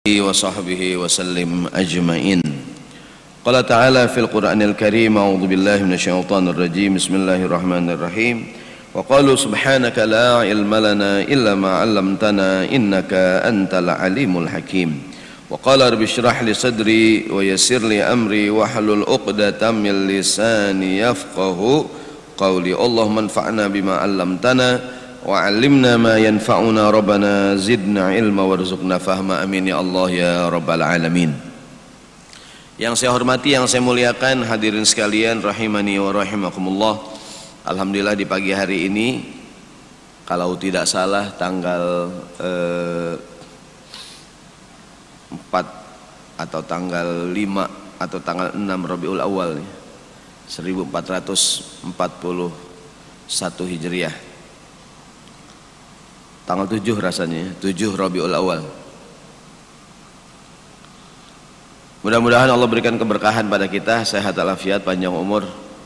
وصحبه وسلم أجمعين. قال تعالى في القرآن الكريم: أعوذ بالله من الشيطان الرجيم. بسم الله الرحمن الرحيم. وقالوا سبحانك لا علم لنا إلا ما علمتنا إنك أنت العليم الحكيم. وقال رب اشرح لي صدري ويسر لي أمري واحلل عقدة من لساني يفقهوا قولي. اللهم انفعنا بما علمتنا wa'allimna ma yanfa'una rabbana zidna ilma warzuqna fahma amin ya Allah ya rabbal alamin. Yang saya hormati, yang saya muliakan, hadirin sekalian rahimani wa rahimakumullah. Alhamdulillah di pagi hari ini, kalau tidak salah tanggal 4 atau tanggal 5 atau tanggal 6 Rabiul Awal 1441 Hijriah, tanggal 7 rasanya, 7 Rabiul Awal. Mudah-mudahan Allah berikan keberkahan pada kita, sehat walafiat, panjang umur.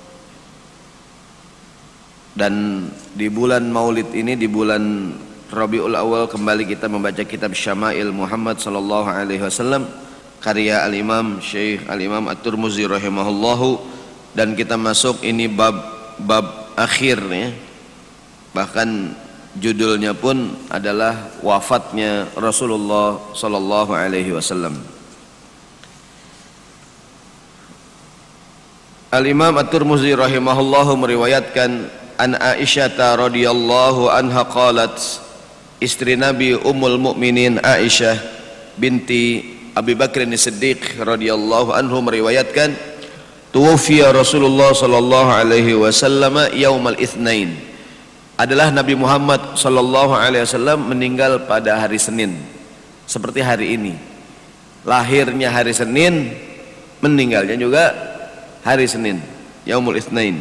Dan di bulan Maulid ini, di bulan Rabiul Awal, kembali kita membaca kitab Syama'il Muhammad sallallahu alaihi wasallam karya Al-Imam Syekh Al-Imam At-Tirmidzi rahimahullahu, dan kita masuk ini bab akhir ya. Bahkan judulnya pun adalah wafatnya Rasulullah sallallahu alaihi wasallam. Al-Imam At-Tirmidzi rahimahullahu meriwayatkan an Aisyah radhiyallahu anha qalat, istri Nabi Ummul Mukminin Aisyah binti Abi Bakr As-Siddiq radhiyallahu anhu meriwayatkan, tuwfiya Rasulullah sallallahu alaihi wasallam yaumal itsnain, adalah Nabi Muhammad sallallahu alaihi wasallam meninggal pada hari Senin, seperti hari ini. Lahirnya hari Senin, meninggalnya juga hari Senin, yaumul itsnain.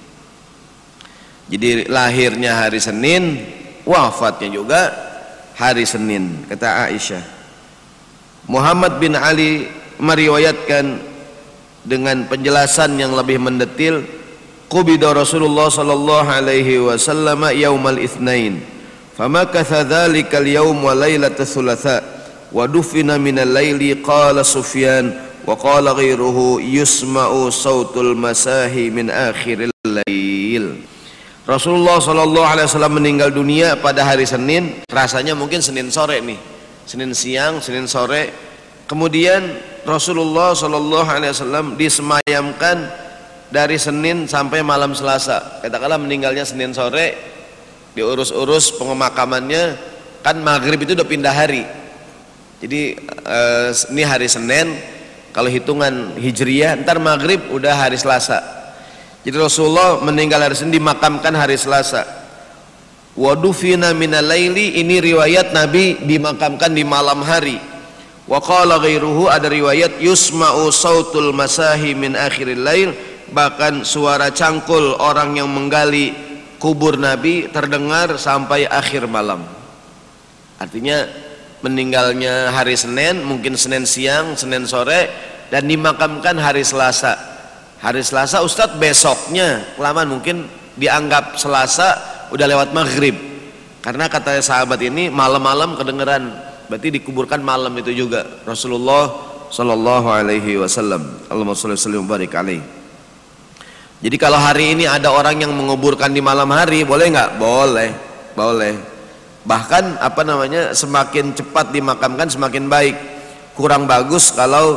Jadi lahirnya hari Senin, wafatnya juga hari Senin, kata Aisyah. Muhammad bin Ali meriwayatkan dengan penjelasan yang lebih mendetil, qubida Rasulullah sallallahu alaihi wasallam yaumal itsnain famakatha dzalikal yaum wa lailatul tsulatsa wa dufina minal laili. Qala Sufyan wa qala ghairuhu yusma'u sautul masahi min akhiril lail. Rasulullah sallallahu alaihi wasallam meninggal dunia pada hari Senin, rasanya mungkin Senin sore nih, Senin siang, Senin sore. Kemudian Rasulullah sallallahu alaihi wasallam disemayamkan dari Senin sampai malam Selasa. Katakanlah meninggalnya Senin sore, diurus-urus pemakamannya, kan maghrib itu udah pindah hari. Jadi ini hari Senin, kalau hitungan Hijriyah ntar maghrib udah hari Selasa. Jadi Rasulullah meninggal hari Senin, dimakamkan hari Selasa. Wadufina minal laili, ini riwayat Nabi dimakamkan di malam hari. Wa qala ghairuhu, ada riwayat yusma'u sautul masahi min akhiril lail, bahkan suara cangkul orang yang menggali kubur Nabi terdengar sampai akhir malam. Artinya meninggalnya hari Senin, mungkin Senin siang, Senin sore, dan dimakamkan hari Selasa. Hari Selasa, Ustadz, besoknya kelamaan, mungkin dianggap Selasa udah lewat maghrib, karena kata sahabat ini malam-malam kedengeran, berarti dikuburkan malam itu juga Rasulullah sallallahu alaihi wasallam. Allahumma shalli wa sallim wa barik alaihi. Jadi kalau hari ini ada orang yang menguburkan di malam hari, boleh nggak? Boleh, boleh. Bahkan semakin cepat dimakamkan semakin baik. Kurang bagus kalau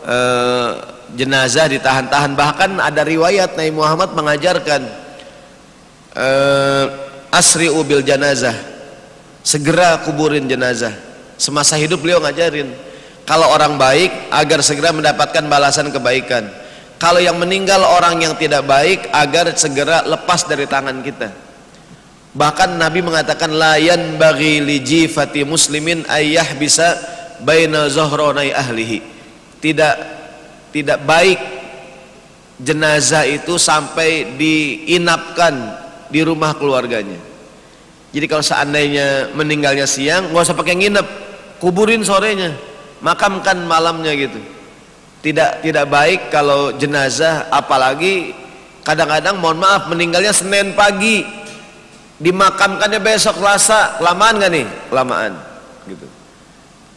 jenazah ditahan-tahan. Bahkan ada riwayat Nabi Muhammad mengajarkan asri'u bil janazah, segera kuburin jenazah. Semasa hidup beliau ngajarin kalau orang baik agar segera mendapatkan balasan kebaikan, kalau yang meninggal orang yang tidak baik agar segera lepas dari tangan kita. Bahkan Nabi mengatakan la yanbaghi li jifati muslimin ayyah bisa baina zahranai ahlihi, tidak baik jenazah itu sampai diinapkan di rumah keluarganya. Jadi kalau seandainya meninggalnya siang, nggak usah pakai nginep, kuburin sorenya, makamkan malamnya gitu. Tidak baik kalau jenazah, apalagi kadang-kadang mohon maaf meninggalnya Senin pagi, dimakamkannya besok Selasa, kelamaan nggak nih? Kelamaan gitu.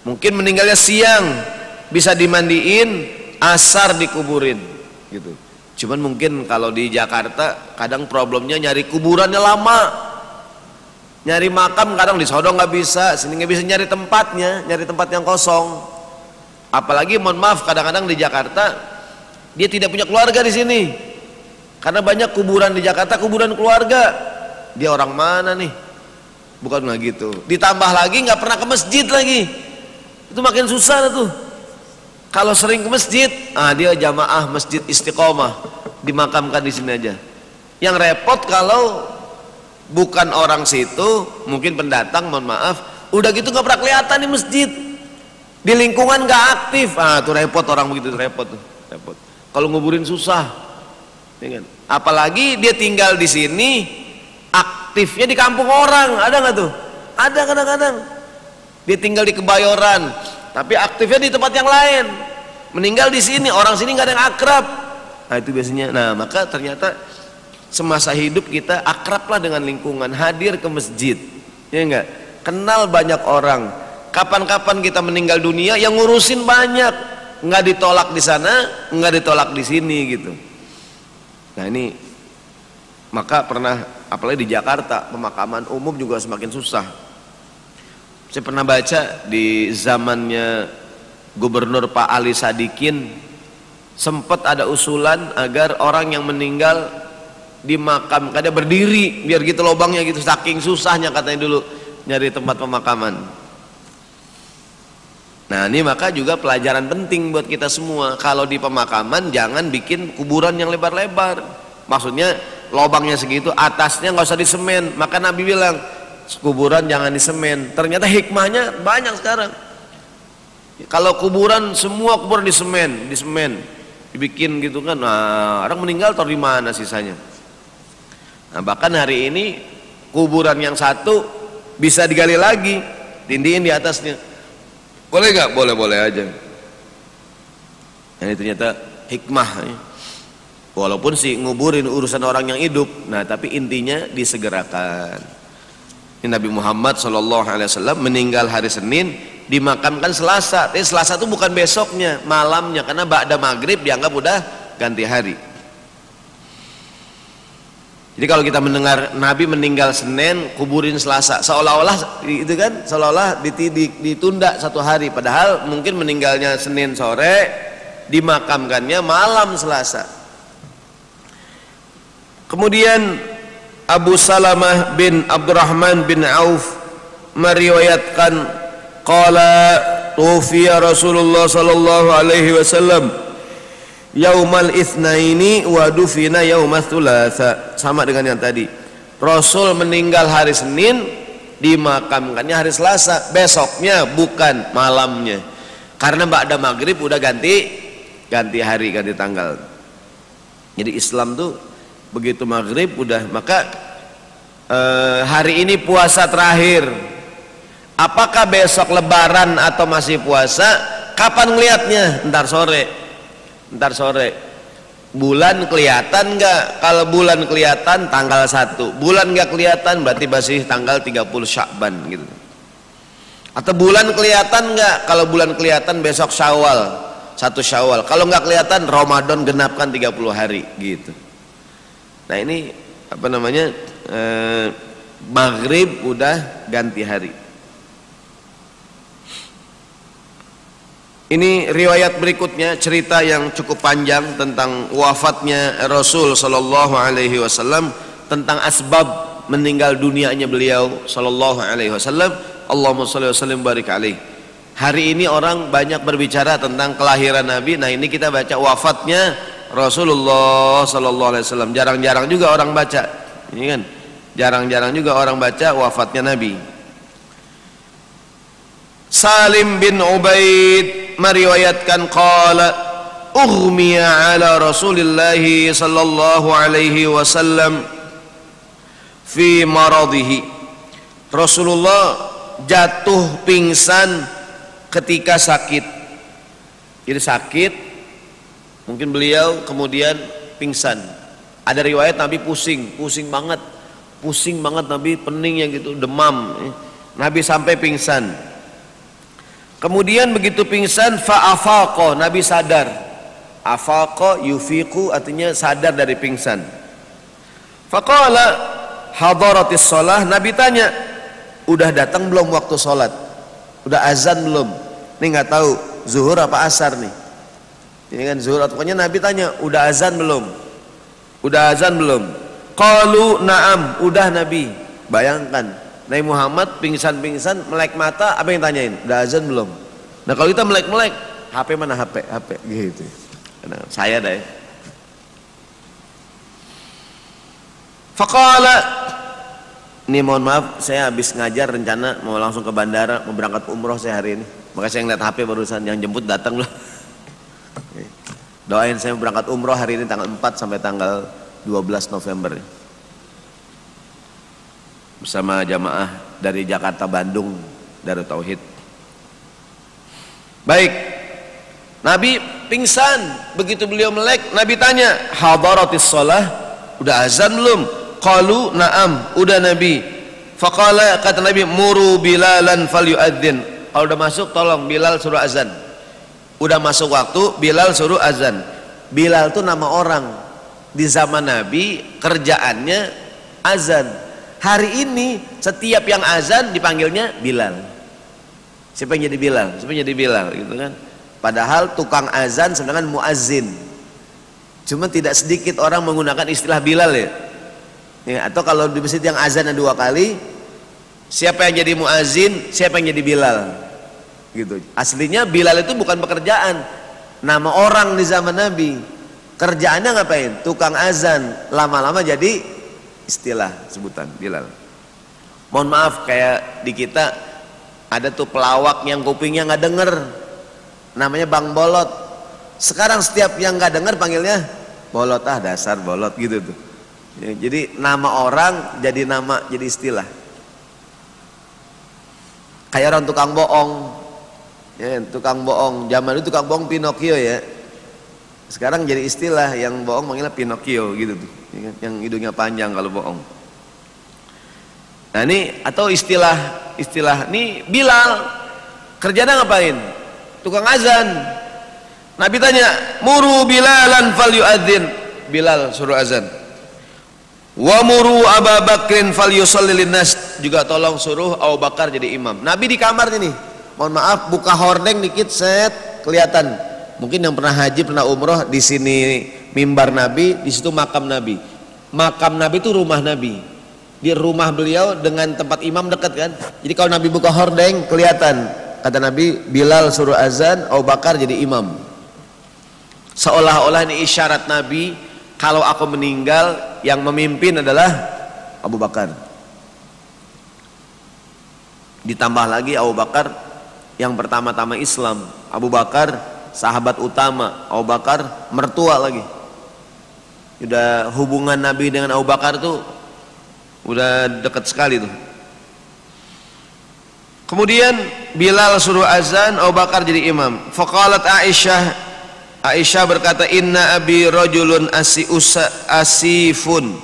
Mungkin meninggalnya siang, bisa dimandiin, asar dikuburin gitu. Cuman mungkin kalau di Jakarta kadang problemnya nyari kuburannya lama, nyari makam kadang di Sodong nggak bisa, sini nggak bisa nyari tempatnya, nyari tempat yang kosong. Apalagi mohon maaf kadang-kadang di Jakarta dia tidak punya keluarga di sini, karena banyak kuburan di Jakarta kuburan keluarga. Dia orang mana nih? Bukan nggak gitu. Ditambah lagi nggak pernah ke masjid lagi, itu makin susah tuh. Kalau sering ke masjid, dia jamaah masjid Istiqomah, dimakamkan di sini aja. Yang repot kalau bukan orang situ, mungkin pendatang, mohon maaf, udah gitu nggak pernah kelihatan di masjid, di lingkungan nggak aktif. Tuh repot orang begitu, repot tuh, repot. Kalau nguburin susah, ya kan? Apalagi dia tinggal di sini, aktifnya di kampung orang, ada nggak tuh? Ada kadang-kadang. Dia tinggal di Kebayoran, tapi aktifnya di tempat yang lain. Meninggal di sini, orang sini nggak ada yang akrab. Itu biasanya. Nah, maka ternyata semasa hidup kita akrablah dengan lingkungan, hadir ke masjid, ya enggak? Kenal banyak orang. Kapan-kapan kita meninggal dunia, yang ngurusin banyak, nggak ditolak di sana, nggak ditolak di sini gitu. Nah ini, maka pernah, apalagi di Jakarta, pemakaman umum juga semakin susah. Saya pernah baca di zamannya Gubernur Pak Ali Sadikin, sempat ada usulan agar orang yang meninggal dimakamkan dia berdiri, biar gitu lubangnya gitu, saking susahnya katanya dulu nyari tempat pemakaman. Nah ini maka juga pelajaran penting buat kita semua, kalau di pemakaman jangan bikin kuburan yang lebar-lebar. Maksudnya lubangnya segitu, atasnya nggak usah disemen. Maka Nabi bilang kuburan jangan disemen. Ternyata hikmahnya banyak sekarang. Kalau kuburan, semua kuburan disemen, dibikin gitu kan. Nah, orang meninggal taruh di mana sisanya? Nah, bahkan hari ini kuburan yang satu bisa digali lagi, tindihin di atasnya. Boleh nggak? Boleh-boleh aja. Nah, ini ternyata hikmah. Walaupun sih nguburin urusan orang yang hidup, nah tapi intinya disegerakan. Ini Nabi Muhammad SAW meninggal hari Senin, dimakamkan Selasa. Tapi Selasa itu bukan besoknya, malamnya, karena ba'da maghrib dianggap udah ganti hari. Jadi kalau kita mendengar Nabi meninggal Senin, kuburin Selasa, seolah-olah itu kan, seolah-olah ditunda satu hari, padahal mungkin meninggalnya Senin sore, dimakamkannya malam Selasa. Kemudian Abu Salamah bin Abdurrahman bin Auf meriwayatkan qala tufiya Rasulullah sallallahu alaihi wasallam yaumal itsnaini wa dufina yaumal tsulatsa. Sama dengan yang tadi, Rasul meninggal hari Senin, dimakamkannya hari Selasa, besoknya bukan malamnya, karena ba'da maghrib udah ganti hari, ganti tanggal. Jadi Islam tuh begitu maghrib udah, maka hari ini puasa terakhir. Apakah besok lebaran atau masih puasa? Kapan ngelihatnya? Ntar sore. Bulan kelihatan nggak? Kalau bulan kelihatan tanggal 1, bulan nggak kelihatan berarti masih tanggal 30 Sya'ban gitu. Atau bulan kelihatan nggak? Kalau bulan kelihatan besok Syawal, 1 Syawal. Kalau nggak kelihatan Ramadan genapkan 30 hari gitu. Nah ini apa namanya, maghrib udah ganti hari. Ini riwayat berikutnya, cerita yang cukup panjang tentang wafatnya Rasul Sallallahu Alaihi Wasallam, tentang asbab meninggal dunianya beliau Sallallahu Alaihi Wasallam. Allahumma sholli wa sallim barik alaih. Hari ini orang banyak berbicara tentang kelahiran Nabi. Nah ini kita baca wafatnya Rasulullah Sallallahu Alaihi Wasallam. Jarang-jarang juga orang baca, ini kan, jarang-jarang juga orang baca wafatnya Nabi. Salim bin Ubaid meriwayatkan qala ughmiya ala Rasulillah sallallahu alaihi wasallam fi maradhihi. Rasulullah jatuh pingsan ketika sakit. Jadi sakit, mungkin beliau kemudian pingsan. Ada riwayat Nabi pusing banget Nabi, peningnya gitu, demam. Nabi sampai pingsan. Kemudian begitu pingsan fa'afaqa, Nabi sadar. Afaqa yufiqu artinya sadar dari pingsan. Faqala hadaratis shalah, Nabi tanya, udah datang belum waktu sholat? Udah azan belum? Ini nggak tahu zuhur apa asar nih. Ini kan zuhur, pokoknya Nabi tanya, udah azan belum? Udah azan belum? Qalu na'am, udah Nabi. Bayangkan Nabi Muhammad pingsan-pingsan melek mata, apa yang tanyain? Udah azan belum? Nah kalau kita melek-melek, HP mana HP gitu. Nah, saya dah ya. Faqala, ini mohon maaf, saya habis ngajar rencana mau langsung ke bandara, mau berangkat umroh saya hari ini. Makanya saya ngeliat HP barusan, yang jemput datang loh. Doain saya berangkat umroh hari ini tanggal 4 sampai tanggal 12 November. Bersama jamaah dari Jakarta Bandung Darut Tauhid. Baik, Nabi pingsan, begitu beliau melek, Nabi tanya, hadaratis shalah, udah azan belum? Qalu na'am, udah Nabi. Faqala, kata Nabi, muru Bilalan falyu'adzin. Kalau udah masuk tolong Bilal suruh azan. Udah masuk waktu, Bilal suruh azan. Bilal itu nama orang. Di zaman Nabi kerjaannya azan. Hari ini setiap yang azan dipanggilnya Bilal. Siapa yang jadi Bilal? Siapa yang jadi Bilal gitu kan? Padahal tukang azan sedangkan muazzin. Cuma tidak sedikit orang menggunakan istilah Bilal ya. Ya, atau kalau di masjid yang azan 2 kali, siapa yang jadi muazzin, siapa yang jadi Bilal. Gitu. Aslinya Bilal itu bukan pekerjaan, nama orang di zaman Nabi. Kerjaannya ngapain? Tukang azan. Lama-lama jadi istilah sebutan Bilal. Mohon maaf, kayak di kita ada tuh pelawak yang kupingnya nggak denger, namanya Bang Bolot. Sekarang setiap yang nggak denger panggilnya Bolot, ah dasar Bolot gitu tuh. Ya, jadi nama orang jadi nama, jadi istilah. Kayak orang tukang bohong, ya, tukang bohong. Zaman itu tukang bohong Pinocchio ya. Sekarang jadi istilah, yang bohong manggilnya Pinocchio gitu tuh, yang hidungnya panjang kalau bohong. Nah ini atau istilah ini Bilal kerjanya ngapain? Tukang azan. Nabi tanya, muru Bilalan falyu'adzin. Bilal suruh azan. Wa muru Abu Bakrin falyusalli linnas, juga tolong suruh Abu Bakar jadi imam. Nabi di kamar ini, mohon maaf, buka hordeng dikit, set kelihatan. Mungkin yang pernah haji, pernah umroh, di sini mimbar Nabi, di situ makam Nabi. Makam Nabi itu rumah Nabi. Di rumah beliau dengan tempat imam dekat kan. Jadi kalau Nabi buka hordeng kelihatan. Kata Nabi, Bilal suruh azan, Abu Bakar jadi imam. Seolah-olah ini isyarat Nabi, kalau aku meninggal yang memimpin adalah Abu Bakar. Ditambah lagi Abu Bakar yang pertama-tama Islam. Abu Bakar sahabat utama, Abu Bakar mertua lagi. Udah hubungan Nabi dengan Abu Bakar tuh udah dekat sekali tuh. Kemudian Bilal suruh azan, Abu Bakar jadi imam. Faqalat Aisyah berkata, inna abi rajulun asifun.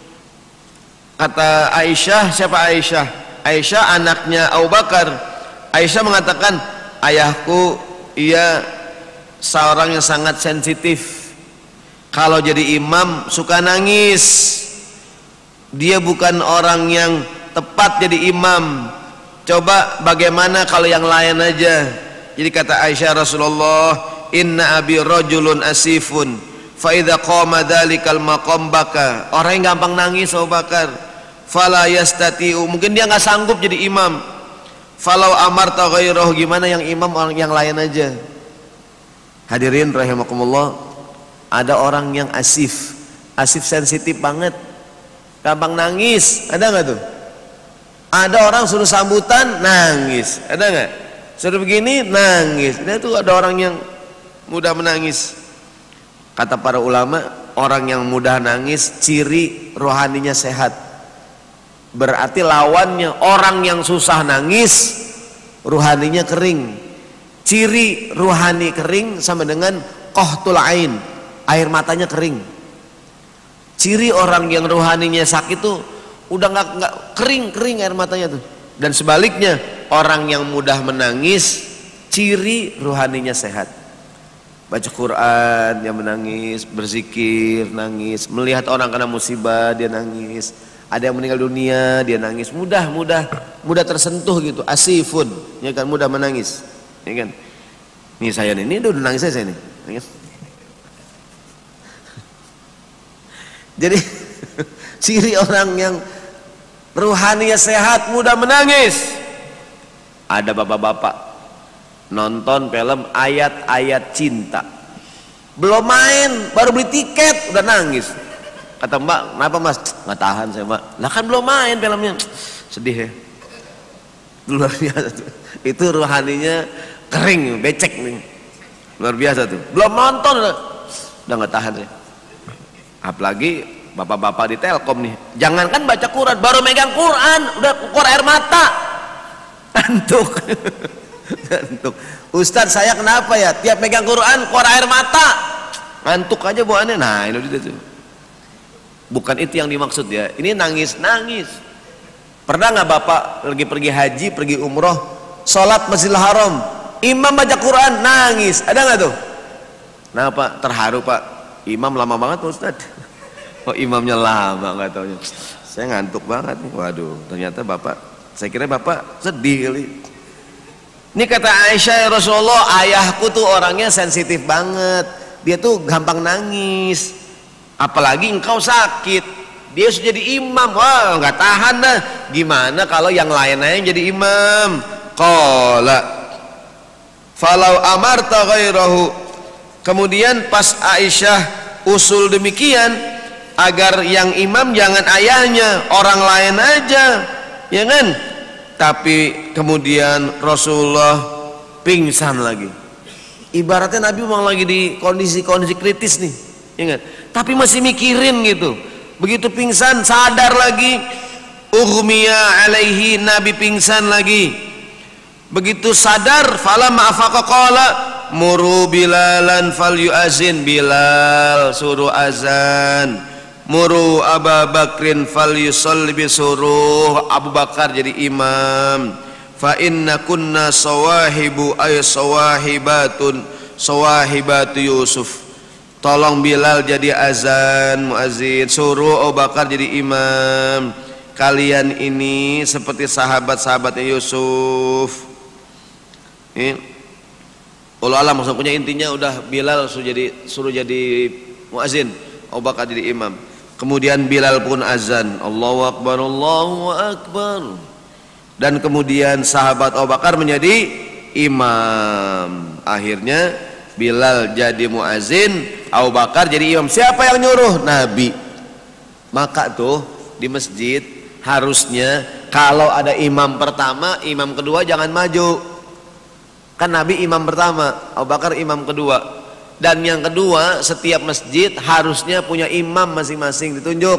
Kata Aisyah, siapa Aisyah? Aisyah anaknya Abu Bakar. Aisyah mengatakan, ayahku ia seorang yang sangat sensitif. Kalau jadi imam suka nangis. Dia bukan orang yang tepat jadi imam. Coba bagaimana kalau yang lain aja. Jadi kata Aisyah, Rasulullah, inna abi rajulun asifun fa idza qama dzalikal maqam baka. Orang yang gampang nangis Abu Bakar. Fala yastati'u, mungkin dia nggak sanggup jadi imam. Falau amarta ghairahu, gimana yang imam orang yang lain aja. Hadirin rahimakumullah, ada orang yang asif sensitif banget, gampang nangis, ada nggak tuh? Ada orang suruh sambutan nangis, ada nggak? Suruh begini nangis. Nah itu ada orang yang mudah menangis. Kata para ulama, orang yang mudah nangis ciri rohaninya sehat. Berarti lawannya orang yang susah nangis, rohaninya kering. Ciri ruhani kering sama dengan qahtul ain, air matanya kering. Ciri orang yang rohaninya sakit tuh udah nggak kering air matanya tuh. Dan sebaliknya, orang yang mudah menangis ciri ruhaninya sehat. Baca Quran dia menangis, berzikir nangis, melihat orang kena musibah dia nangis, ada yang meninggal dunia dia nangis, mudah tersentuh gitu, asifun, ya kan, mudah menangis, ya kan. Nih saya ini udah nangis saya nih, nangis. Jadi ciri orang yang ruhaninya sehat mudah menangis. Ada bapak-bapak nonton film ayat-ayat cinta, belum main baru beli tiket udah nangis. Kata Mbak, kenapa Mas? Nggak tahan saya Mbak. Lah kan belum main filmnya. Sedih ya. Luar biasa tuh. Itu ruhaninya kering, becek nih. Luar biasa tuh. Belum nonton udah nggak tahan saya. Apalagi bapak-bapak di Telkom nih, jangankan baca Quran, baru megang Quran udah keluar air mata, ngantuk. Ngantuk. Ustadz saya kenapa ya tiap megang Quran keluar air mata, ngantuk aja bawaannya. Nah ini tuh, bukan itu yang dimaksud ya, ini nangis. Pernah nggak bapak lagi pergi haji, pergi umroh, sholat Masjidil Haram, imam baca Quran nangis, ada nggak tuh? Nah pak, terharu pak, imam lama banget Ustadz. Oh imamnya lama, nggak taunya saya ngantuk banget nih. Waduh, ternyata bapak, saya kira bapak sedih kali. Ini kata Aisyah, ya Rasulullah, ayahku tuh orangnya sensitif banget, dia tuh gampang nangis, apalagi engkau sakit, dia sudah jadi imam, wah nggak tahan dah. Gimana kalau yang lain-lain jadi imam? Qala falau amarta ghairahu. Kemudian pas Aisyah usul demikian, agar yang imam jangan ayahnya, orang lain aja, ya kan? Tapi kemudian Rasulullah pingsan lagi. Ibaratnya Nabi memang lagi di kondisi kritis nih, ya kan? Tapi masih mikirin gitu. Begitu pingsan sadar lagi, ughmiya alaihi, Nabi pingsan lagi. Begitu sadar, falamma afaqa qala muru bilalan falyu'azin, Bilal suruh azan. Muru Abu Bakrin falyusalli, suruh Abu Bakar jadi imam. Fa inna kunna sawahibu ay sawahibatu Yusuf. Tolong Bilal jadi azan, muazin, suruh Abu Bakar jadi imam. Kalian ini seperti sahabat-sahabatnya Yusuf. Ini Allah alam, maksudnya intinya udah Bilal suruh jadi muazin, Abu Bakar jadi imam. Kemudian Bilal pun azan, Allahu Akbar, Allahu Akbar. Dan kemudian sahabat Abu Bakar menjadi imam. Akhirnya Bilal jadi muazin, Abu Bakar jadi imam. Siapa yang nyuruh? Nabi. Maka tuh di masjid harusnya kalau ada imam pertama, imam kedua jangan maju. Kan Nabi imam pertama, Abu Bakar imam kedua. Dan yang kedua, setiap masjid harusnya punya imam masing-masing, ditunjuk.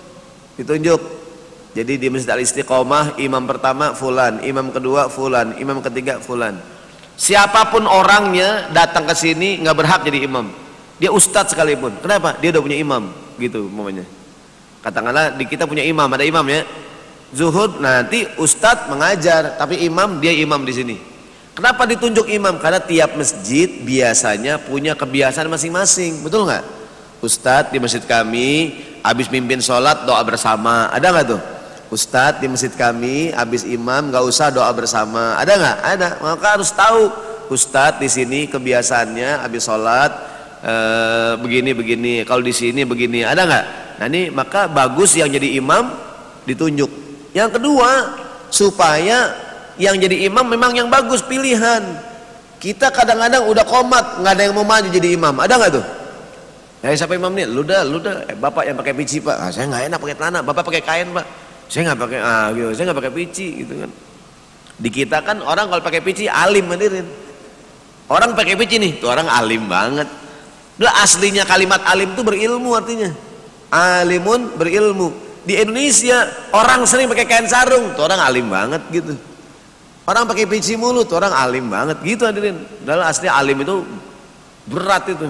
Jadi di Masjid Al-Istiqomah, imam pertama fulan, imam kedua fulan, imam ketiga fulan. Siapapun orangnya datang ke sini nggak berhak jadi imam. Dia ustadz sekalipun. Kenapa? Dia udah punya imam, gitu umpamanya. Katakanlah di kita punya imam, ada imam ya. Zuhud nanti ustadz mengajar, tapi imam dia imam di sini. Kenapa ditunjuk imam? Karena tiap masjid biasanya punya kebiasaan masing-masing, betul nggak? Ustadz di masjid kami habis mimpin sholat doa bersama, ada nggak tuh? Ustadz di masjid kami habis imam nggak usah doa bersama, ada nggak? Ada. Maka harus tahu Ustadz di sini kebiasaannya habis sholat begini, kalau di sini begini, ada nggak? Nah ini maka bagus yang jadi imam ditunjuk. Yang kedua, supaya yang jadi imam memang yang bagus pilihan. Kita kadang-kadang udah komat, nggak ada yang mau maju jadi imam, ada nggak tuh? Siapa imam nih? Lu dah, bapak yang pakai pici pak. Saya nggak enak pakai celana, bapak pakai kain pak. Saya nggak pakai, gitu. Saya nggak pakai pici, gitu kan. Di kita kan orang kalau pakai pici alim, hadirin. Orang pakai pici nih, tuh orang alim banget. Udah aslinya kalimat alim tuh berilmu artinya. Alimun berilmu. Di Indonesia orang sering pakai kain sarung, tuh orang alim banget gitu. Orang pakai pici mulu, tuh orang alim banget gitu hadirin. Dalam asli alim itu berat itu.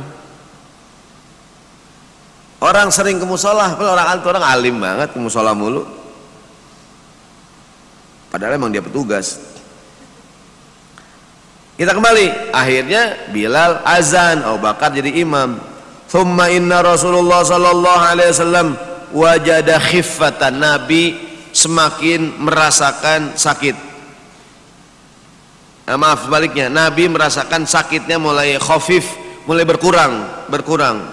Orang sering ke musola, orang alim banget ke musola mulu. Padahal emang dia petugas. Kita kembali, akhirnya Bilal azan, Abu Bakar jadi imam. Thumma inna Rasulullah sallallahu alaihi wasallam wajada khiffatan, Nabi semakin merasakan sakit. Maaf sebaliknya, Nabi merasakan sakitnya mulai khafif, mulai berkurang.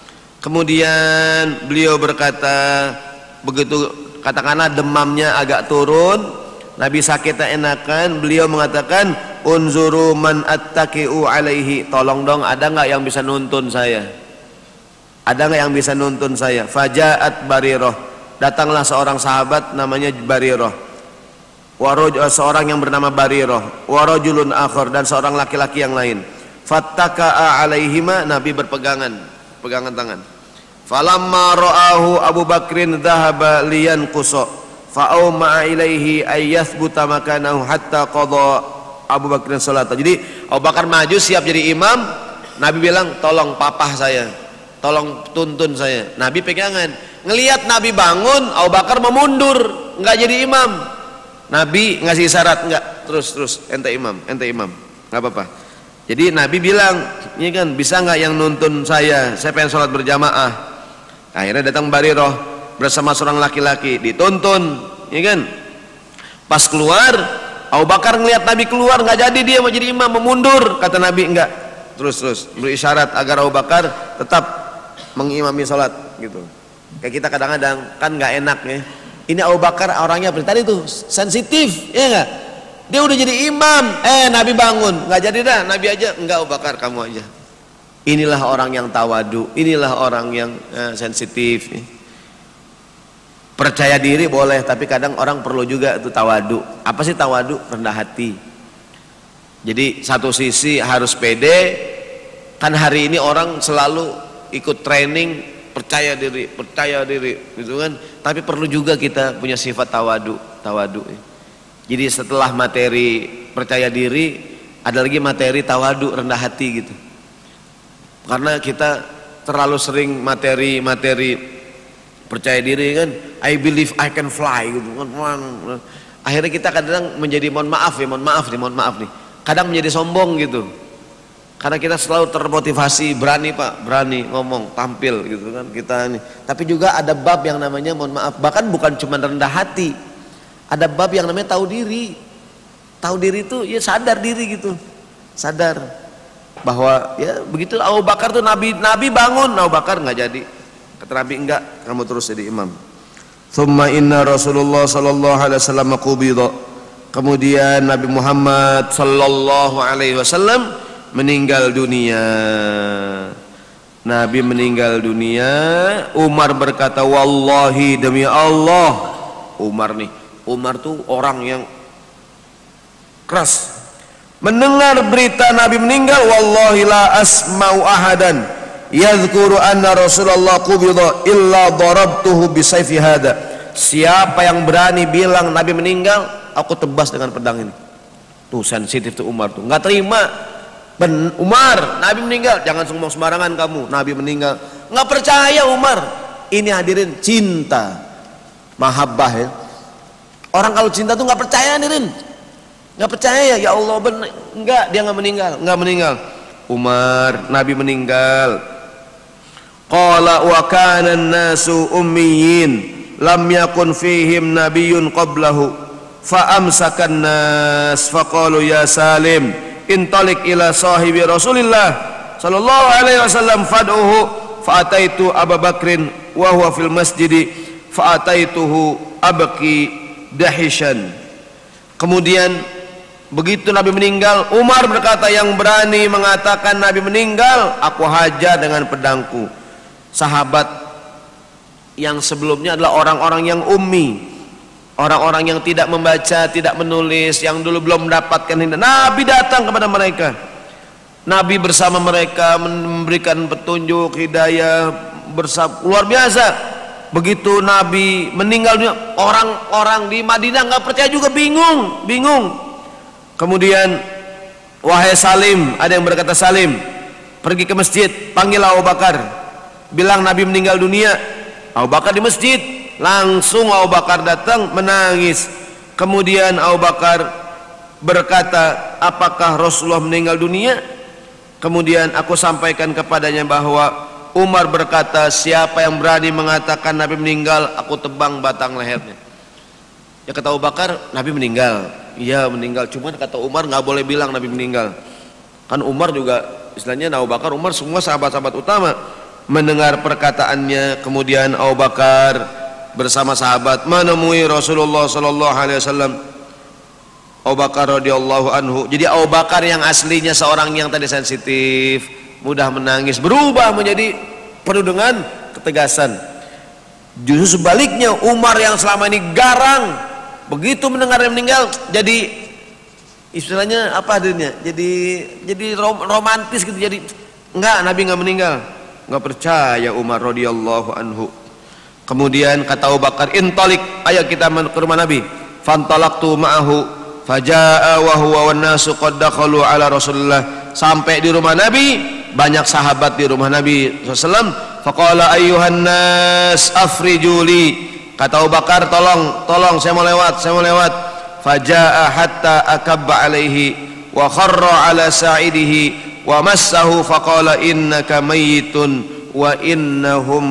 Kemudian beliau berkata, begitu katakanlah demamnya agak turun, Nabi sakitnya enakan, beliau mengatakan, unzuru man attaqi'u alaihi, tolong dong ada nggak yang bisa nuntun saya, ada nggak yang bisa nuntun saya. Fajaat Barirah, datanglah seorang sahabat namanya Barirah, seorang yang bernama Barirah, warajulun akhar, dan seorang laki-laki yang lain. Fattaka'a alaihima, Nabi pegangan tangan. Falamma ra'ahu Abu Bakrin dhahaba liyanqusa fa'awma'a ilaihi ayyathbuta makanahu hatta qada Abu Bakrin salat. Jadi Abu Bakar maju siap jadi imam, Nabi bilang tolong papah saya, tolong tuntun saya. Nabi pegangan, ngelihat Nabi bangun, Abu Bakar mau mundur, nggak jadi imam. Nabi ngasih syarat, nggak, terus ente imam, nggak apa-apa. Jadi Nabi bilang, ini kan bisa nggak yang nuntun saya pengen sholat berjamaah. Akhirnya datang Barirah bersama seorang laki-laki, dituntun, ya kan. Pas keluar, Abu Bakar ngelihat Nabi keluar, nggak jadi dia mau jadi imam, mau mundur. Kata Nabi enggak, terus beri isyarat agar Abu Bakar tetap mengimami sholat gitu. Kayak kita kadang-kadang kan nggak enak ya, ini Abu Bakar orangnya tadi tuh sensitif, ya enggak, dia udah jadi imam, Nabi bangun, nggak jadi dah, Nabi aja, enggak, Abu Bakar kamu aja. Inilah orang yang tawadu, inilah orang yang sensitif. Percaya diri boleh, tapi kadang orang perlu juga itu tawadu. Apa sih tawadu? Rendah hati. Jadi satu sisi harus pede, kan hari ini orang selalu ikut training percaya diri gitu kan. Tapi perlu juga kita punya sifat tawadu. Jadi setelah materi percaya diri, ada lagi materi tawadu, rendah hati gitu. Karena kita terlalu sering materi percaya diri kan, I believe I can fly gitu kan. Akhirnya kita kadang menjadi mohon maaf nih, kadang menjadi sombong gitu. Karena kita selalu termotivasi, berani ngomong, tampil gitu kan kita ini. Tapi juga ada bab yang namanya mohon maaf, bahkan bukan cuma rendah hati, ada bab yang namanya tahu diri. Tahu diri itu ya sadar diri gitu, sadar bahwa ya begitu. Abu Bakar tuh Nabi bangun, Abu Bakar nggak jadi. Kata Nabi, enggak, kamu terus jadi imam. Thumma inna Rasulullah sallallahu alaihi wasallam qubida, kemudian Nabi Muhammad sallallahu alaihi wasallam meninggal dunia. Nabi meninggal dunia. Umar berkata, wallahi, demi Allah. Umar tuh orang yang keras. Mendengar berita Nabi meninggal, wallahi la asma'u ahadan yadhkuru anna Rasulullah qubida illa darabtuhu bisayfi hada. Siapa yang berani bilang Nabi meninggal, aku tebas dengan pedang ini. Tuh sensitif tuh Umar tuh, nggak terima. Umar, Nabi meninggal, jangan ngomong sembarangan kamu, Nabi meninggal. Nggak percaya Umar. Ini hadirin cinta, mahabbah ya. Orang kalau cinta tuh nggak percaya hadirin. Nggak percaya ya Allah benar, enggak, dia nggak meninggal. Umar, Nabi meninggal. Qala wa kana an-nasu ummiyin lam yakun fihim nabiyyun qablahu fa amsakan nas faqalu ya Salim intalik ila sahibi Rasulillah sallallahu alaihi wasallam fad'uhu fa ataitu Abu Bakrin wa huwa fil masjid fa ataituhu abki dahishan. Kemudian begitu Nabi meninggal, Umar berkata, yang berani mengatakan Nabi meninggal, aku hajar dengan pedangku. Sahabat yang sebelumnya adalah orang-orang yang ummi, orang-orang yang tidak membaca, tidak menulis, yang dulu belum mendapatkan hidayah. Nabi datang kepada mereka, Nabi bersama mereka memberikan petunjuk hidayah bersama, luar biasa. Begitu Nabi meninggal, orang-orang di Madinah nggak percaya juga, bingung. Kemudian, wahai Salim, ada yang berkata, Salim, pergi ke masjid, panggil Abu Bakar, bilang Nabi meninggal dunia. Abu Bakar di masjid, langsung Abu Bakar datang menangis. Kemudian Abu Bakar berkata, apakah Rasulullah meninggal dunia? Kemudian aku sampaikan kepadanya bahwa Umar berkata, siapa yang berani mengatakan Nabi meninggal, aku tebang batang lehernya. Ya kata Abu Bakar, Nabi meninggal. Iya meninggal, cuman kata Umar nggak boleh bilang Nabi meninggal. Kan Umar juga istilahnya, Abu Bakar, Umar semua sahabat-sahabat utama. Mendengar perkataannya, kemudian Abu Bakar bersama sahabat menemui Rasulullah sallallahu alaihi wasallam. Abu Bakar radhiyallahu anhu. Jadi Abu Bakar yang aslinya seorang yang tadi sensitif, mudah menangis, berubah menjadi penuh dengan ketegasan. Justru sebaliknya, Umar yang selama ini garang, begitu mendengar dia meninggal, jadi istilahnya apa adanya, jadi romantis gitu. Jadi enggak, Nabi enggak meninggal, enggak percaya Umar radhiyallahu anhu. Kemudian kata Abu Bakar, intalik, ayo kita ke rumah Nabi. Fantalaqtu ma'ahu faja'a wa huwa wan nasu qad dakhalu ala Rasulillah. Sampai di rumah Nabi, banyak sahabat di rumah Nabi SAW. Faqala ayyuhan nas afrijuli. Kata Abu Bakar, tolong saya mau lewat. Faja'a hatta akabba alaihi wa kharra ala sa'idihi wa massahu faqala innaka mayyitun wa innahum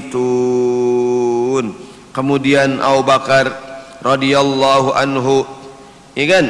mayyitun. Kemudian Abu Bakar radhiyallahu anhu, ya kan,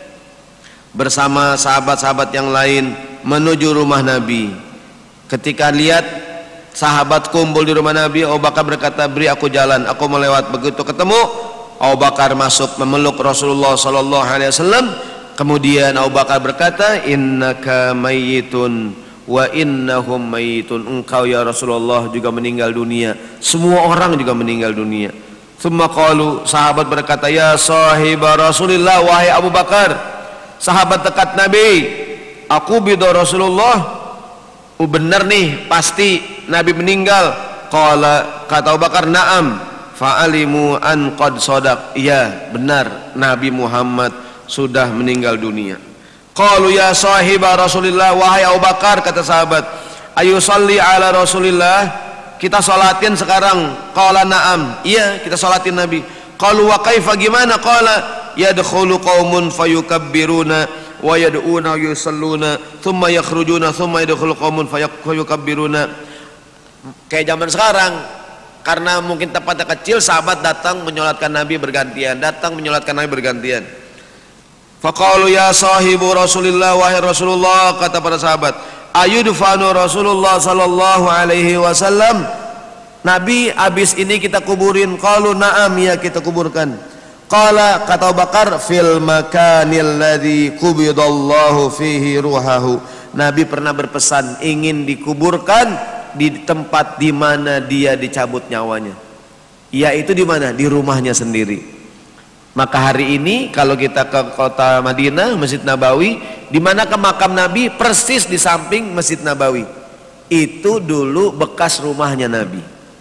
bersama sahabat-sahabat yang lain menuju rumah Nabi. Ketika lihat sahabat kumpul di rumah Nabi, Abu Bakar berkata, beri aku jalan, aku mau lewat. Begitu ketemu, Abu Bakar masuk memeluk Rasulullah sallallahu alaihi wasallam. Kemudian Abu Bakar berkata, innaka mayyitun wa innahum mayyitun. Engkau ya Rasulullah juga meninggal dunia, semua orang juga meninggal dunia. Tsumma qalu, sahabat berkata, ya sahiba Rasulillah, wahai Abu Bakar, sahabat dekat Nabi, aku bido Rasulullah, benar nih, pasti Nabi meninggal. Qala, kata Abu Bakar, na'am, fa'alimu an qad sadaq. Iya, benar, Nabi Muhammad sudah meninggal dunia. Qalu ya sahiba Rasulillah, wahai Abu Bakar, kata sahabat, ayu salli ala Rasulillah, kita sholatin sekarang. Qala na'am, iya kita sholatin Nabi. Qalu wa kaifa, gimana? Qala yadkhulu qaumun fayukabbiruna wa yad'una yusalluna thumma yakhrujuna thumma yadkhulu qaumun fayukabbiruna. Kayak zaman sekarang, karena mungkin tempatnya kecil, sahabat datang menyolatkan Nabi bergantian, Faqalu ya sahibu Rasulillah, wahai Rasulullah, kata para sahabat, ayudfanu Rasulullah sallallahu alaihi wasallam, Nabi abis ini kita kuburin. Qalu na'am, ya kita kuburkan. Qala, kata Abu Bakar, fil makanil ladzi qubidallahu fihi ruhahu. Nabi pernah berpesan ingin dikuburkan di tempat di mana dia dicabut nyawanya, yaitu di mana? Di rumahnya sendiri. Maka hari ini kalau kita ke kota Madinah, Masjid Nabawi, di mana ke makam Nabi persis di samping Masjid Nabawi. Itu dulu bekas rumahnya Nabi.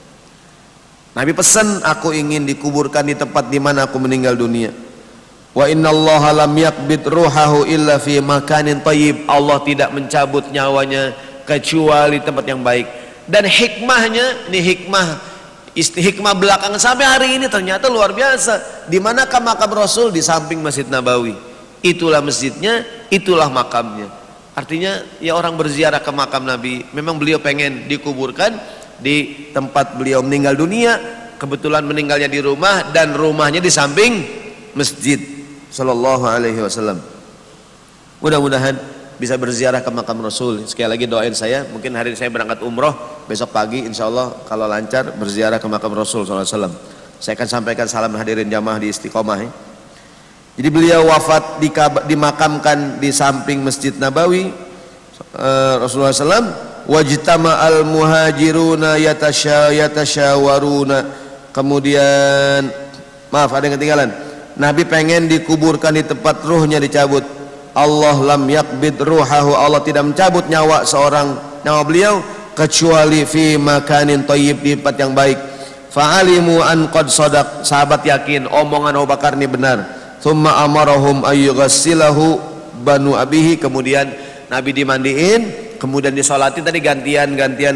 Nabi pesan, aku ingin dikuburkan di tempat di mana aku meninggal dunia. Wa innallaha lam yakbid ruhahu illa fi makanin thayyib. Allah tidak mencabut nyawanya kecuali tempat yang baik. Dan hikmahnya, ini hikmah belakangan sampai hari ini ternyata luar biasa. Di manakah makam Rasul? Di samping Masjid Nabawi. Itulah masjidnya, itulah makamnya. Artinya ya orang berziarah ke makam Nabi, memang beliau pengen dikuburkan di tempat beliau meninggal dunia. Kebetulan meninggalnya di rumah, dan rumahnya di samping masjid sallallahu alaihi wasallam. Mudah-mudahan bisa berziarah ke makam Rasul. Sekali lagi doain saya, mungkin hari ini saya berangkat umroh, besok pagi insya Allah kalau lancar berziarah ke makam Rasul SAW. Saya akan sampaikan salam hadirin jamaah di Istiqomah ya. Jadi beliau wafat dimakamkan di samping Masjid Nabawi. Rasulullah SAW, wajtama al muhajiruna yatasyawaruna. Kemudian maaf ada yang ketinggalan, Nabi pengen dikuburkan di tempat ruhnya dicabut. Allah lam yakbid ruhahu, Allah tidak mencabut nyawa beliau kecuali fi makanin thayyib, di tempat yang baik. Fa'alimu an qad sadaq, sahabat yakin omongan Abu Bakar ini benar. Thumma amarahum ayyughassilahu banu abihi, kemudian Nabi dimandiin, kemudian disolatin tadi gantian.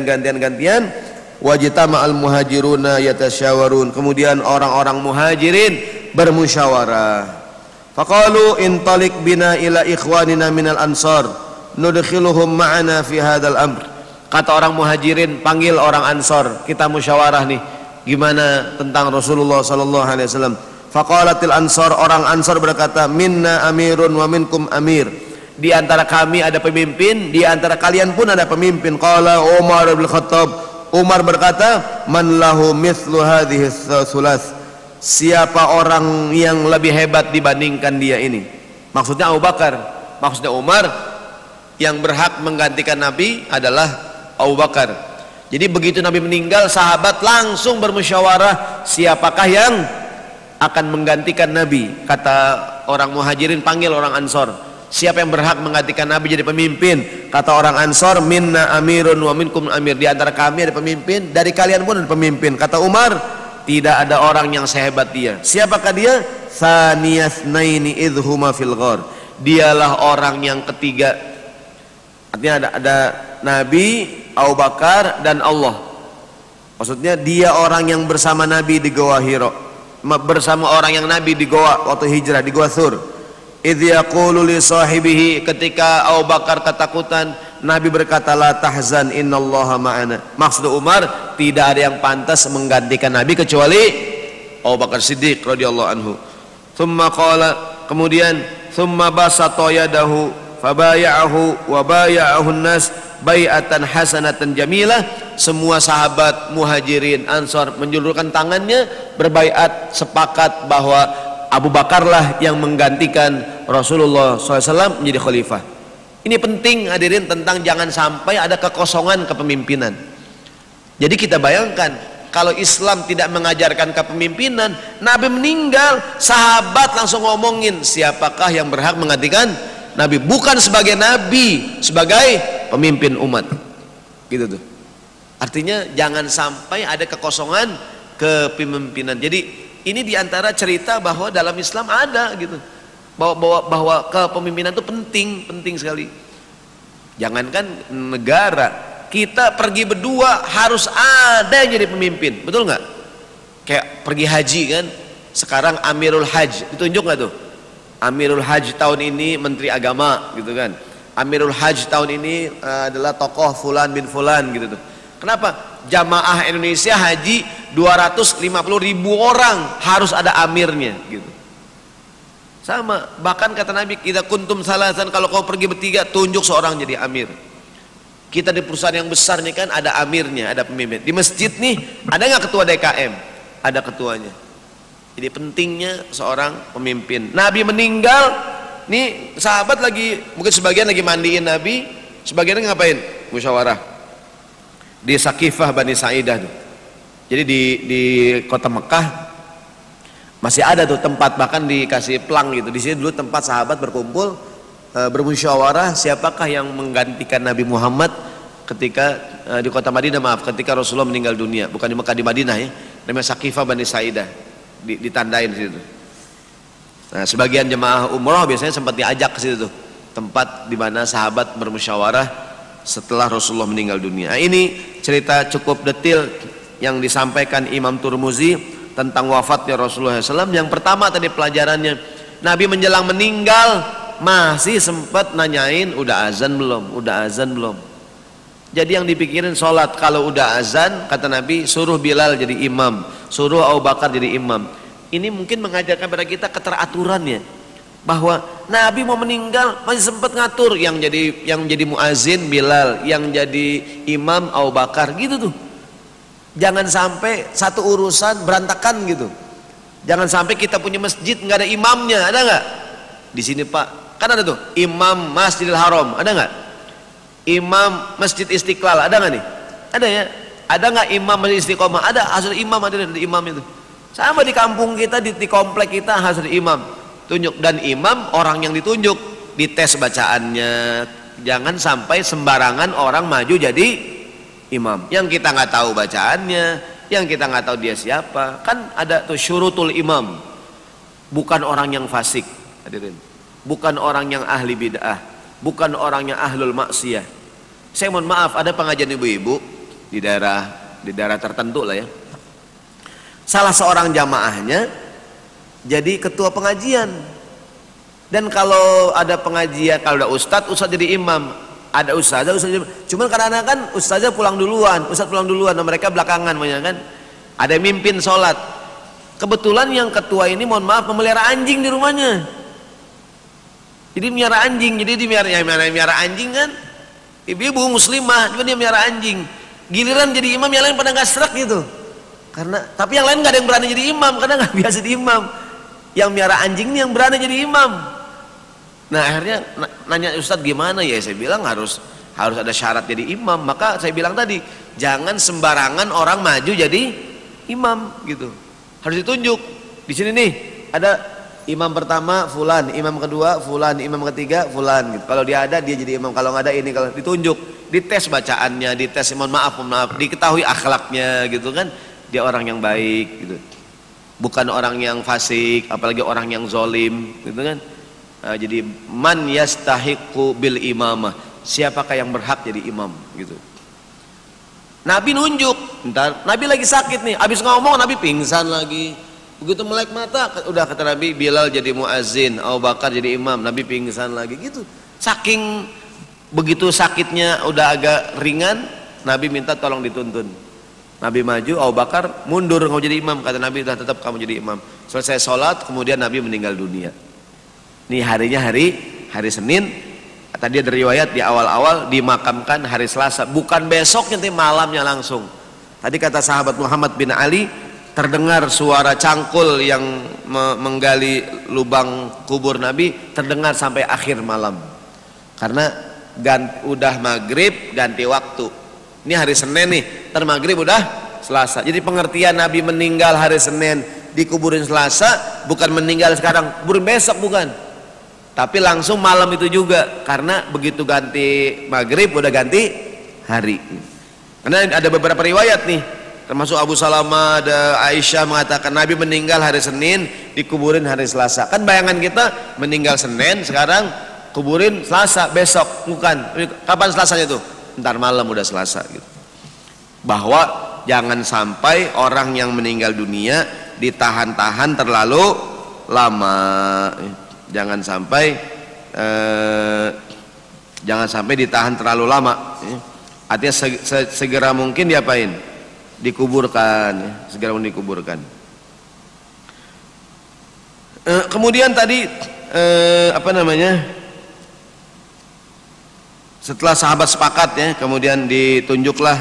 Wajtama al muhajiruna yatasyawarun, kemudian orang-orang muhajirin bermusyawarah. Faqalu intalik bina ila ikhwanina minal ansar nudkhiluhum ma'ana fi hadzal amr. Kata orang muhajirin, panggil orang ansor, kita musyawarah nih, gimana tentang Rasulullah sallallahu alaihi wasallam. Faqalatil ansor, orang ansor berkata, minna amirun wa minkum amir. Di antara kami ada pemimpin, di antara kalian pun ada pemimpin. Qala Umar bin Khattab, Umar berkata, man lahu mithlu hadhihi thulath. Siapa orang yang lebih hebat dibandingkan dia ini? Maksudnya Abu Bakar, maksudnya Umar. Yang berhak menggantikan Nabi adalah Abu Bakar. Jadi begitu Nabi meninggal, sahabat langsung bermusyawarah siapakah yang akan menggantikan Nabi. Kata orang muhajirin, panggil orang ansor, siapa yang berhak menggantikan Nabi jadi pemimpin. Kata orang ansor, minna amirun wa minkum amir. Di antara kami ada pemimpin, dari kalian pun ada pemimpin. Kata Umar, tidak ada orang yang sehebat dia. Siapakah dia? Tsaniyasnaini idhuma fil ghar. Dialah orang yang ketiga. Artinya ada Nabi, Abu Bakar dan Allah. Maksudnya dia orang yang bersama Nabi di Goa Hira, bersama orang yang Nabi di Goa waktu hijrah di Goa Thur. Idh yaqulu li sahibihi, ketika Abu Bakar ketakutan, Nabi berkata, la tahzan innallaha ma'ana. Maksud Umar, tidak ada yang pantas menggantikan Nabi kecuali Abu Bakar Siddiq radhiyallahu anhu. Thumma qala, kemudian thumma basata yadahu fabaya'ahu wa baya'ahu an-nas bai'atan hasanatan jamilah. Semua sahabat muhajirin ansor menjulurkan tangannya, berbaiat, sepakat bahwa Abu Bakarlah yang menggantikan Rasulullah SAW menjadi khalifah. Ini penting hadirin, tentang jangan sampai ada kekosongan kepemimpinan. Jadi kita bayangkan, kalau Islam tidak mengajarkan kepemimpinan, Nabi meninggal, sahabat langsung ngomongin siapakah yang berhak menggantikan Nabi, bukan sebagai Nabi, sebagai pemimpin umat. Gitu tuh. Artinya jangan sampai ada kekosongan kepemimpinan. Jadi ini diantara cerita bahwa dalam Islam ada gitu, bahwa kepemimpinan itu penting sekali. Jangankan negara, kita pergi berdua harus ada yang jadi pemimpin, betul nggak? Kayak pergi haji kan, sekarang Amirul Hajj ditunjuk nggak tuh? Amirul Hajj tahun ini Menteri Agama gitu kan. Amirul Hajj tahun ini adalah tokoh Fulan bin Fulan gitu tuh. Kenapa? Jamaah Indonesia haji 250.000 orang, harus ada amirnya gitu. Sama, bahkan kata Nabi, kita kuntum salasan, kalau kau pergi bertiga tunjuk seorang jadi amir. Kita di perusahaan yang besar nih kan ada amirnya, ada pemimpin. Di masjid nih ada nggak ketua DKM? Ada ketuanya. Jadi pentingnya seorang pemimpin. Nabi meninggal, nih sahabat lagi, mungkin sebagian lagi mandiin Nabi, sebagian ngapain? Musyawarah di Sakifah Bani Sa'idah tuh. Jadi di kota Mekah masih ada tuh tempat, bahkan dikasih pelang gitu. Di sini dulu tempat sahabat berkumpul, bermusyawarah siapakah yang menggantikan Nabi Muhammad ketika di kota Madinah, ketika Rasulullah meninggal dunia. Bukan di Mekah, di Madinah ya. Namanya Sakifah Bani Sa'idah. Ditandain di situ. Nah, sebagian jemaah umroh biasanya sempat diajak ke situ tuh, tempat di mana sahabat bermusyawarah setelah Rasulullah meninggal dunia. Nah, ini cerita cukup detail yang disampaikan Imam Turmuzi tentang wafatnya Rasulullah SAW. Yang pertama tadi pelajarannya, Nabi menjelang meninggal masih sempat nanyain udah azan belum, udah azan belum. Jadi yang dipikirin sholat. Kalau udah azan, kata Nabi, suruh Bilal jadi imam, suruh Abu Bakar jadi imam. Ini mungkin mengajarkan pada kita keteraturannya, bahwa Nabi mau meninggal masih sempat ngatur yang jadi muazin Bilal, yang jadi imam Abu Bakar gitu tuh. Jangan sampai satu urusan berantakan gitu. Jangan sampai kita punya masjid nggak ada imamnya, ada nggak? Di sini Pak, kan ada tuh imam Masjidil Haram, ada nggak? Imam Masjid Istiqlal, ada nggak nih? Ada ya? Ada nggak imam Masjid Istiqomah? Ada, hasil imam, ada imam itu. Sama di kampung kita, di komplek kita hasil imam. Tunjuk, dan imam orang yang ditunjuk, dites bacaannya. Jangan sampai sembarangan orang maju jadi imam. Yang kita nggak tahu bacaannya, yang kita nggak tahu dia siapa. Kan ada tuh syurutul imam. Bukan orang yang fasik, hadirin. Bukan orang yang ahli bid'ah. Bukan orang yang ahlul maksiyah. Saya mohon maaf, ada pengajian ibu-ibu di daerah tertentu lah ya. Salah seorang jamaahnya jadi ketua pengajian. Dan kalau ada pengajian, kalau ada ustadz jadi imam, ada ustazah jadi imam. Cuman kadang-kadang kan ustazah pulang duluan, ustadz pulang duluan, nah mereka belakangan banyak kan. Ada yang mimpin sholat. Kebetulan yang ketua ini mohon maaf memelihara anjing di rumahnya. Jadi melihara anjing, jadi dia melihara anjing kan. Ibu-ibu muslimah, cuma dia melihara anjing. Giliran jadi imam yang lain pada nggak serak gitu. Karena tapi yang lain nggak ada yang berani jadi imam karena nggak biasa jadi imam. Yang melihara anjing ini yang berani jadi imam. Nah akhirnya nanya Ustadz gimana ya, saya bilang harus ada syarat jadi imam. Maka saya bilang tadi jangan sembarangan orang maju jadi imam gitu, harus ditunjuk. Di sini nih ada imam pertama fulan, imam kedua fulan, imam ketiga fulan gitu. Kalau dia ada dia jadi imam, kalau nggak ada ini, kalau ditunjuk, dites bacaannya, dites mohon maaf diketahui akhlaknya gitu kan, dia orang yang baik gitu, bukan orang yang fasik, apalagi orang yang zolim gitu kan. Jadi man yastahiqu bil imamah, siapakah yang berhak jadi imam gitu. Nabi nunjuk, ntar Nabi lagi sakit nih, habis ngomong Nabi pingsan lagi. Begitu melek mata, udah kata Nabi, Bilal jadi muazzin, Abu Bakar jadi imam, Nabi pingsan lagi gitu. Saking begitu sakitnya udah agak ringan, Nabi minta tolong dituntun. Nabi maju, Abu Bakar mundur mau jadi imam, kata Nabi udah tetap kamu jadi imam. Selesai sholat, kemudian Nabi meninggal dunia. Ini harinya hari Senin. Tadi ada riwayat di awal-awal dimakamkan hari Selasa, bukan besok nanti malamnya langsung. Tadi kata sahabat Muhammad bin Ali, terdengar suara cangkul yang menggali lubang kubur Nabi, terdengar sampai akhir malam. Karena udah maghrib ganti waktu. Ini hari Senin nih, maghrib udah Selasa. Jadi pengertian Nabi meninggal hari Senin dikuburin Selasa, bukan meninggal sekarang, kuburin besok, bukan. Tapi langsung malam itu juga, karena begitu ganti maghrib udah ganti hari. Karena ada beberapa riwayat nih, termasuk Abu Salamah, ada Aisyah mengatakan Nabi meninggal hari Senin, dikuburin hari Selasa. Kan bayangan kita meninggal Senin, sekarang kuburin Selasa, besok, bukan. Kapan Selasanya tuh? Ntar malam udah Selasa gitu. Bahwa jangan sampai orang yang meninggal dunia ditahan-tahan terlalu lama. Jangan sampai ditahan terlalu lama. Artinya segera mungkin diapain? Dikuburkan, segera mungkin dikuburkan. Kemudian tadi setelah sahabat sepakat ya, kemudian ditunjuklah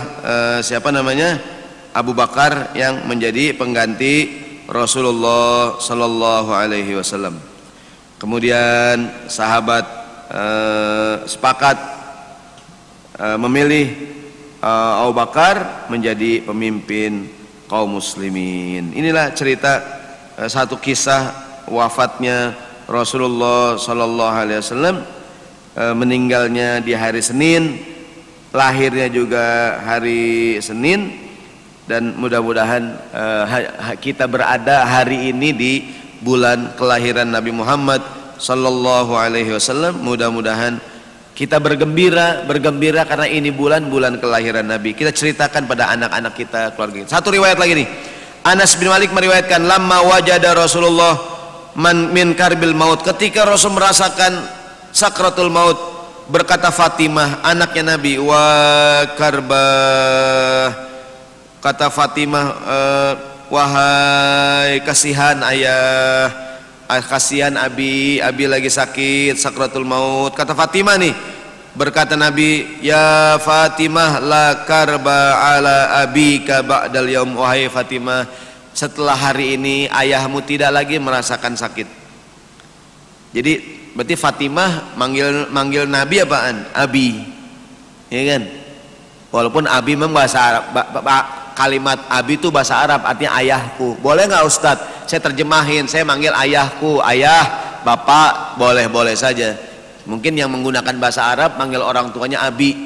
Abu Bakar yang menjadi pengganti Rasulullah Sallallahu Alaihi Wasallam. Kemudian sahabat sepakat memilih Abu Bakar menjadi pemimpin kaum muslimin. Inilah cerita satu kisah wafatnya Rasulullah Sallallahu Alaihi Wasallam, meninggalnya di hari Senin, lahirnya juga hari Senin, dan mudah-mudahan kita berada hari ini di bulan kelahiran Nabi Muhammad Sallallahu Alaihi Wasallam. Mudah-mudahan kita bergembira karena ini bulan kelahiran Nabi. Kita ceritakan pada anak-anak kita, keluarga kita. Satu riwayat lagi nih, Anas bin Malik meriwayatkan, lamma wajada Rasulullah min karbil maut, ketika Rasul merasakan sakratul maut, berkata Fatimah anaknya Nabi, wa karbah, kata Fatimah, wahai kasihan ayah, kasihan abi lagi sakit sakratul maut. Kata Fatimah nih, berkata Nabi, ya Fatimah la karba ala abika ba'dal yaum, wahai Fatimah, setelah hari ini ayahmu tidak lagi merasakan sakit. Jadi berarti Fatimah manggil Nabi apaan? Abi, ya kan? Walaupun abi memang bahasa Arab, kalimat abi itu bahasa Arab, artinya ayahku. Boleh nggak Ustadz saya terjemahin, saya manggil ayahku, ayah, bapak, boleh saja. Mungkin yang menggunakan bahasa Arab manggil orang tuanya abi.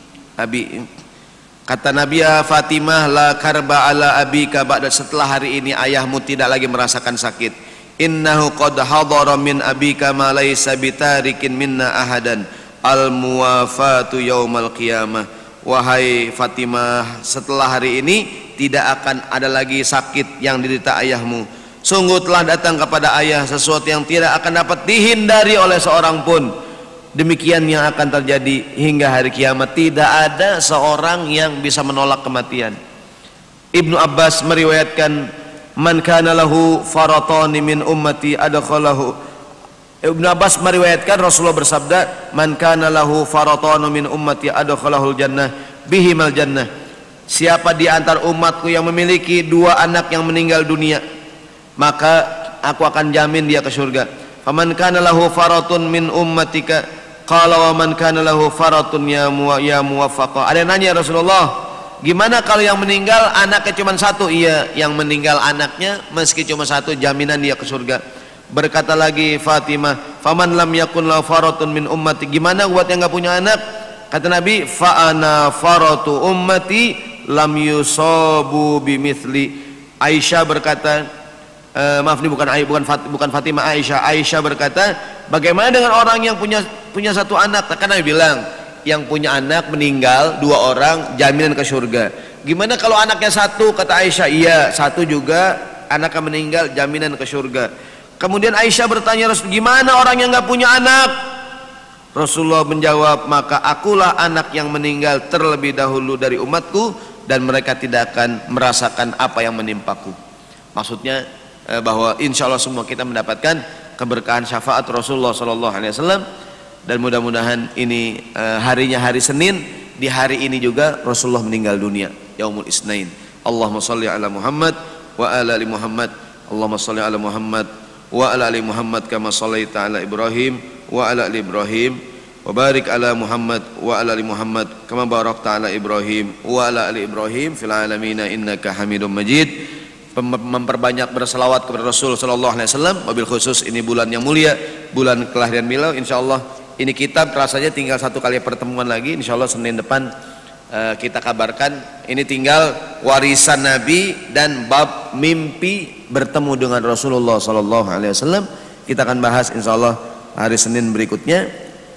Kata Nabi, ya Fatimah la karba ala abika ba'da, setelah hari ini ayahmu tidak lagi merasakan sakit. Innahu qad hadara min abika ma laysa bitarikin minna ahadan al muwafatu yaumal qiyamah. Wahai Fatimah, setelah hari ini tidak akan ada lagi sakit yang diderita ayahmu. Sungguh telah datang kepada ayah sesuatu yang tidak akan dapat dihindari oleh seorang pun. Demikian yang akan terjadi hingga hari kiamat. Tidak ada seorang yang bisa menolak kematian. Ibnu Abbas meriwayatkan, man kana lahu faratani min ummati adkhalahu. Ibnu Abbas meriwayatkan Rasulullah bersabda, man kana lahu faratanu min ummati adkhalahul jannah bihimal jannah. Siapa di antar umatku yang memiliki dua anak yang meninggal dunia, maka aku akan jamin dia ke surga. Faman kana lahu faratun min ummatika qala wa man kana lahu faratun ya muwaffaqa. Ada yang nanya, Rasulullah, gimana kalau yang meninggal anaknya cuma satu? Iya, yang meninggal anaknya meski cuma satu, jaminan dia ke surga. Berkata lagi Fatimah, faman lam yakun lahu faratun min ummati, gimana buat yang enggak punya anak? Kata Nabi, fa ana faratu ummati lam yusabu bimithli. Aisyah berkata, maaf ini bukan Fatimah, Aisyah berkata, bagaimana dengan orang yang punya satu anak? Kan Nabi bilang, yang punya anak meninggal dua orang, jaminan ke surga. Gimana kalau anaknya satu? Kata Aisyah, iya, satu juga anaknya meninggal, jaminan ke surga. Kemudian Aisyah bertanya, gimana orang yang nggak punya anak? Rasulullah menjawab, maka akulah anak yang meninggal terlebih dahulu dari umatku, dan mereka tidak akan merasakan apa yang menimpaku. Maksudnya bahwa insya Allah semua kita mendapatkan keberkahan syafaat Rasulullah SAW. Dan mudah-mudahan ini harinya hari Senin, di hari ini juga Rasulullah meninggal dunia, Yaumul Isnain. Allahumma salli ala Muhammad wa ala ali Muhammad. Allahumma salli ala Muhammad wa ala ali Muhammad kama shallaita ala Ibrahim wa ala ali Ibrahim, wa barik ala Muhammad wa ala ali Muhammad kama barakta ala Ibrahim wa ala ali Ibrahim fil alamin innaka Hamidum Majid. Memperbanyak berselawat kepada Rasul sallallahu alaihi wasallam, wabil khusus ini bulan yang mulia, bulan kelahiran beliau. Insyaallah ini kitab rasanya tinggal satu kali pertemuan lagi, insyaallah Senin depan kita kabarkan. Ini tinggal warisan Nabi dan bab mimpi bertemu dengan Rasulullah sallallahu alaihi wasallam. Kita akan bahas insyaallah hari Senin berikutnya.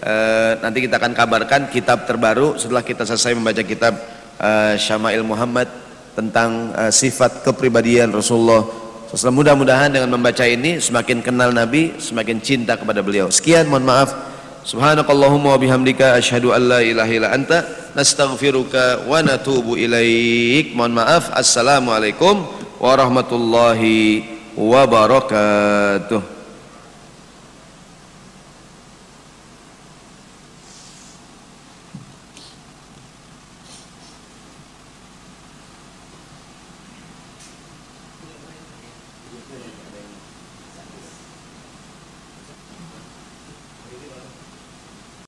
Nanti kita akan kabarkan kitab terbaru setelah kita selesai membaca kitab Syama'il Muhammad tentang sifat kepribadian Rasulullah SAW. Mudah-mudahan dengan membaca ini semakin kenal Nabi, semakin cinta kepada beliau. Sekian, mohon maaf. Subhanakallahumma wa bihamdika asyhadu an la ilaha illa anta nastaghfiruka wa natubu ilaik. Mohon maaf. Assalamualaikum warahmatullahi wabarakatuh.